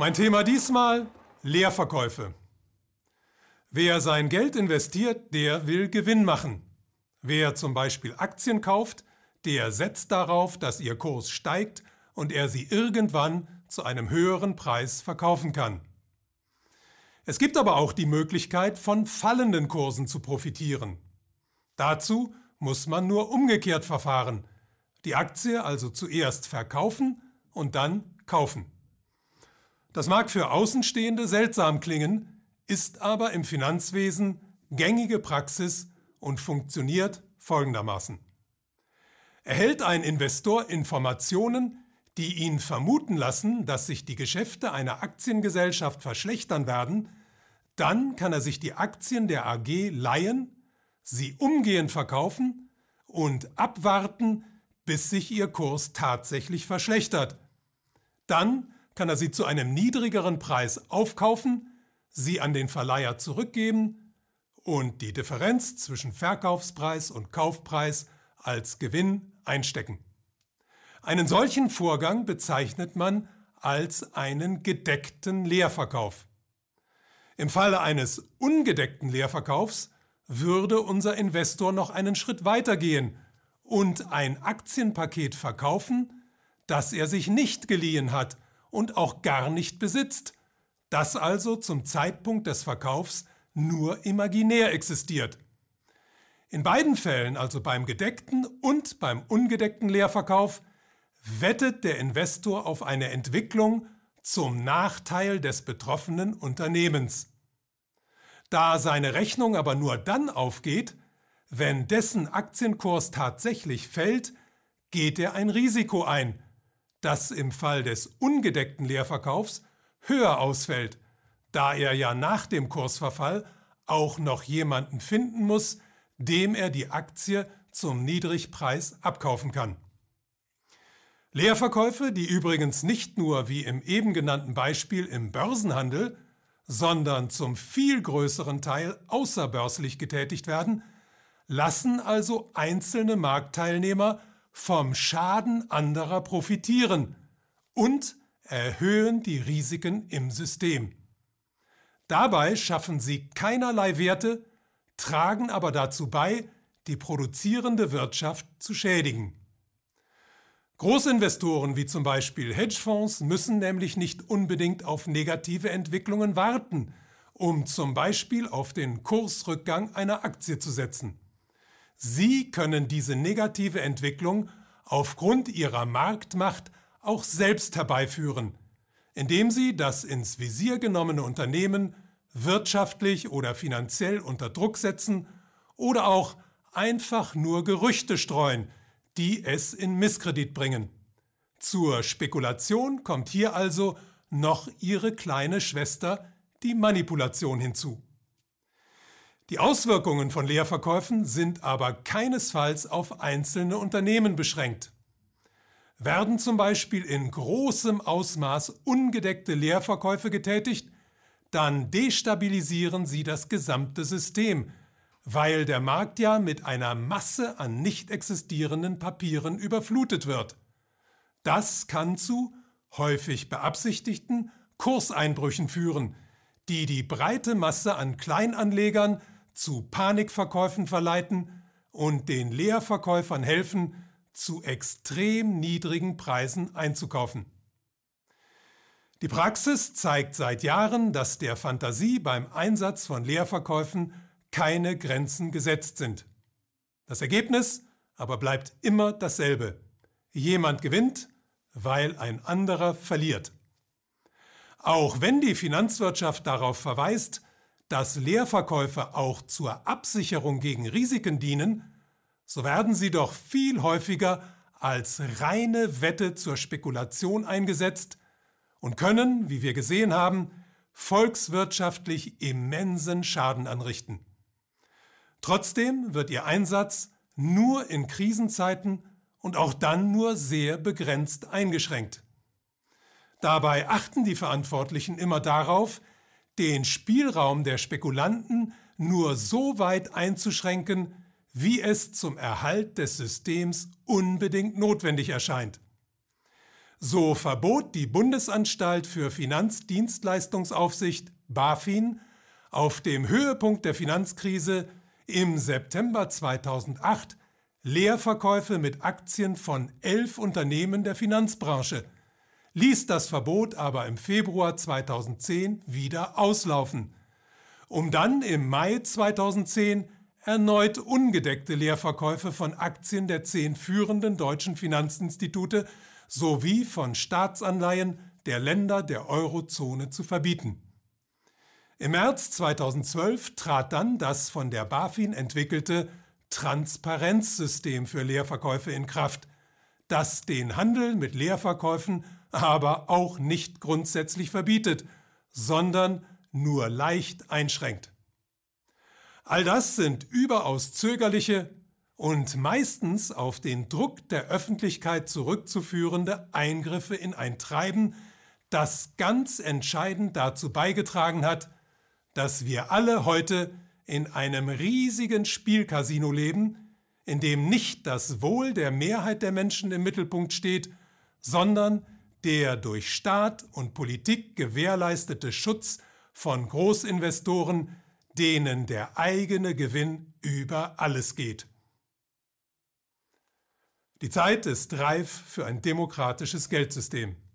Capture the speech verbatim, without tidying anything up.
Mein Thema diesmal: Leerverkäufe. Wer sein Geld investiert, der will Gewinn machen. Wer zum Beispiel Aktien kauft, der setzt darauf, dass ihr Kurs steigt und er sie irgendwann zu einem höheren Preis verkaufen kann. Es gibt aber auch die Möglichkeit, von fallenden Kursen zu profitieren. Dazu muss man nur umgekehrt verfahren, die Aktie also zuerst verkaufen und dann kaufen. Das mag für Außenstehende seltsam klingen, ist aber im Finanzwesen gängige Praxis und funktioniert folgendermaßen. Erhält ein Investor Informationen, die ihn vermuten lassen, dass sich die Geschäfte einer Aktiengesellschaft verschlechtern werden, dann kann er sich die Aktien der A G leihen, sie umgehend verkaufen und abwarten, bis sich ihr Kurs tatsächlich verschlechtert. Dann kann er sie zu einem niedrigeren Preis aufkaufen, sie an den Verleiher zurückgeben und die Differenz zwischen Verkaufspreis und Kaufpreis als Gewinn einstecken. Einen solchen Vorgang bezeichnet man als einen gedeckten Leerverkauf. Im Falle eines ungedeckten Leerverkaufs würde unser Investor noch einen Schritt weiter gehen und ein Aktienpaket verkaufen, das er sich nicht geliehen hat und auch gar nicht besitzt, das also zum Zeitpunkt des Verkaufs nur imaginär existiert. In beiden Fällen, also beim gedeckten und beim ungedeckten Leerverkauf, wettet der Investor auf eine Entwicklung zum Nachteil des betroffenen Unternehmens. Da seine Rechnung aber nur dann aufgeht, wenn dessen Aktienkurs tatsächlich fällt, geht er ein Risiko ein, das im Fall des ungedeckten Leerverkaufs höher ausfällt, da er ja nach dem Kursverfall auch noch jemanden finden muss, dem er die Aktie zum Niedrigpreis abkaufen kann. Leerverkäufe, die übrigens nicht nur wie im eben genannten Beispiel im Börsenhandel, sondern zum viel größeren Teil außerbörslich getätigt werden, lassen also einzelne Marktteilnehmer vom Schaden anderer profitieren und erhöhen die Risiken im System. Dabei schaffen sie keinerlei Werte, tragen aber dazu bei, die produzierende Wirtschaft zu schädigen. Großinvestoren wie zum Beispiel Hedgefonds müssen nämlich nicht unbedingt auf negative Entwicklungen warten, um zum Beispiel auf den Kursrückgang einer Aktie zu setzen. Sie können diese negative Entwicklung aufgrund ihrer Marktmacht auch selbst herbeiführen, indem sie das ins Visier genommene Unternehmen wirtschaftlich oder finanziell unter Druck setzen oder auch einfach nur Gerüchte streuen, die es in Misskredit bringen. Zur Spekulation kommt hier also noch ihre kleine Schwester, die Manipulation, hinzu. Die Auswirkungen von Leerverkäufen sind aber keinesfalls auf einzelne Unternehmen beschränkt. Werden zum Beispiel in großem Ausmaß ungedeckte Leerverkäufe getätigt, dann destabilisieren sie das gesamte System, weil der Markt ja mit einer Masse an nicht existierenden Papieren überflutet wird. Das kann zu häufig beabsichtigten Kurseinbrüchen führen, die die breite Masse an Kleinanlegern zu Panikverkäufen verleiten und den Leerverkäufern helfen, zu extrem niedrigen Preisen einzukaufen. Die Praxis zeigt seit Jahren, dass der Fantasie beim Einsatz von Leerverkäufen keine Grenzen gesetzt sind. Das Ergebnis aber bleibt immer dasselbe. Jemand gewinnt, weil ein anderer verliert. Auch wenn die Finanzwirtschaft darauf verweist, dass Leerverkäufe auch zur Absicherung gegen Risiken dienen, so werden sie doch viel häufiger als reine Wette zur Spekulation eingesetzt und können, wie wir gesehen haben, volkswirtschaftlich immensen Schaden anrichten. Trotzdem wird ihr Einsatz nur in Krisenzeiten und auch dann nur sehr begrenzt eingeschränkt. Dabei achten die Verantwortlichen immer darauf, den Spielraum der Spekulanten nur so weit einzuschränken, wie es zum Erhalt des Systems unbedingt notwendig erscheint. So verbot die Bundesanstalt für Finanzdienstleistungsaufsicht BaFin auf dem Höhepunkt der Finanzkrise im September zweitausendacht Leerverkäufe mit Aktien von elf Unternehmen der Finanzbranche, ließ das Verbot aber im Februar zweitausendzehn wieder auslaufen, um dann im Mai zweitausendzehn erneut ungedeckte Leerverkäufe von Aktien der zehn führenden deutschen Finanzinstitute sowie von Staatsanleihen der Länder der Eurozone zu verbieten. Im März zweitausendzwölf trat dann das von der BaFin entwickelte Transparenzsystem für Leerverkäufe in Kraft, das den Handel mit Leerverkäufen aber auch nicht grundsätzlich verbietet, sondern nur leicht einschränkt. All das sind überaus zögerliche und meistens auf den Druck der Öffentlichkeit zurückzuführende Eingriffe in ein Treiben, das ganz entscheidend dazu beigetragen hat, dass wir alle heute in einem riesigen Spielcasino leben, in dem nicht das Wohl der Mehrheit der Menschen im Mittelpunkt steht, sondern der durch Staat und Politik gewährleistete Schutz von Großinvestoren, denen der eigene Gewinn über alles geht. Die Zeit ist reif für ein demokratisches Geldsystem.